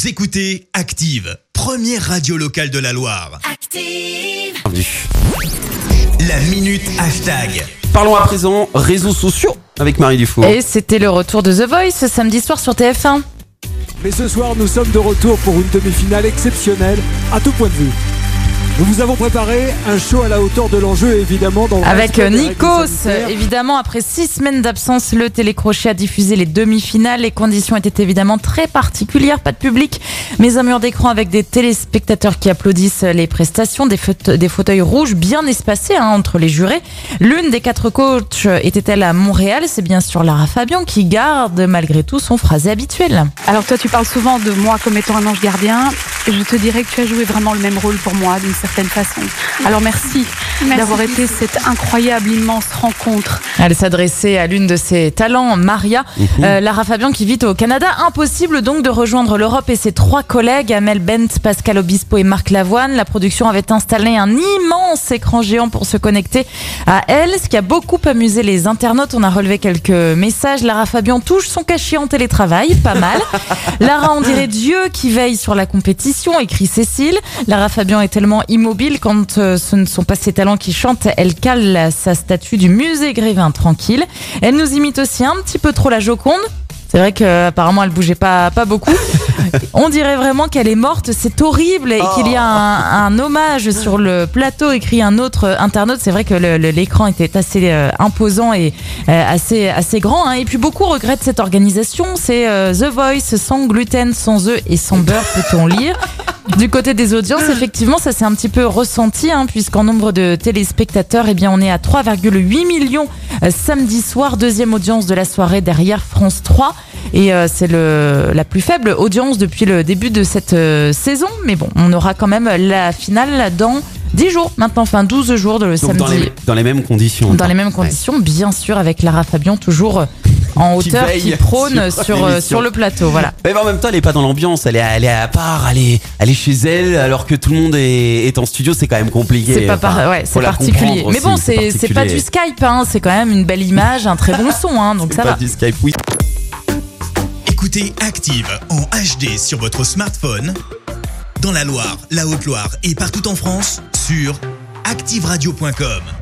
Vous écoutez Active, première radio locale de la Loire. Active. La minute hashtag. Parlons à présent réseaux sociaux avec Marie Dufour. Et c'était le retour de The Voice ce samedi soir sur TF1. Mais ce soir, nous sommes de retour pour une demi-finale exceptionnelle à tout point de vue. Nous vous avons préparé un show à la hauteur de l'enjeu, évidemment. Dans le Avec respect des règles Nikos, sanitaires. évidemment, après 6 semaines d'absence, le télécrochet a diffusé les demi-finales. Les conditions étaient évidemment très particulières, pas de public, mais un mur d'écran avec des téléspectateurs qui applaudissent les prestations, des fauteuils rouges bien espacés entre les jurés. L'une des 4 coachs était-elle à Montréal? C'est bien sûr Lara Fabian qui garde malgré tout son phrasé habituel. Alors toi, tu parles souvent de moi comme étant un ange gardien. Je te dirais que tu as joué vraiment le même rôle pour moi, d'une certaine façon. Alors merci d'avoir été cette incroyable, immense rencontre. Elle s'adressait à l'une de ses talents, Maria. Lara Fabian qui vit au Canada. Impossible donc de rejoindre l'Europe et ses 3 collègues, Amel Bent, Pascal Obispo et Marc Lavoine. La production avait installé un immense écran géant pour se connecter à elle, ce qui a beaucoup amusé les internautes. On a relevé quelques messages. Lara Fabian touche son cachet en télétravail, pas mal. Lara, on dirait Dieu qui veille sur la compétition, écrit Cécile. Lara Fabian est tellement immobile quand ce ne sont pas ses talents qui chantent. Elle cale sa statue du musée Grévin tranquille. Elle nous imite aussi un petit peu trop la Joconde. C'est vrai qu'apparemment elle bougeait pas beaucoup. On dirait vraiment qu'elle est morte, c'est horrible et qu'il y a un hommage sur le plateau, écrit un autre internaute. C'est vrai que l'écran était assez imposant et assez grand. Et puis beaucoup regrettent cette organisation. C'est The Voice sans gluten, sans œufs et sans beurre, peut-on lire. Du côté des audiences, effectivement, ça s'est un petit peu ressenti, puisqu'en nombre de téléspectateurs, on est à 3,8 millions samedi soir, deuxième audience de la soirée derrière France 3. Et c'est la plus faible audience depuis le début de cette saison. Mais bon, on aura quand même la finale dans 10 jours maintenant, 12 jours de Donc samedi. dans les mêmes conditions. Dans les mêmes conditions, bien sûr, avec Lara Fabian toujours en hauteur, qui prône sur le plateau. Voilà. Mais en même temps, elle est pas dans l'ambiance, elle est à part, elle est chez elle, alors que tout le monde est en studio, c'est quand même compliqué. C'est c'est particulier. Mais bon, c'est pas du Skype, c'est quand même une belle image, un très bon son, donc ça va. Pas du Skype, oui. Écoutez Active en HD sur votre smartphone, dans la Loire, la Haute-Loire et partout en France, sur activeradio.com.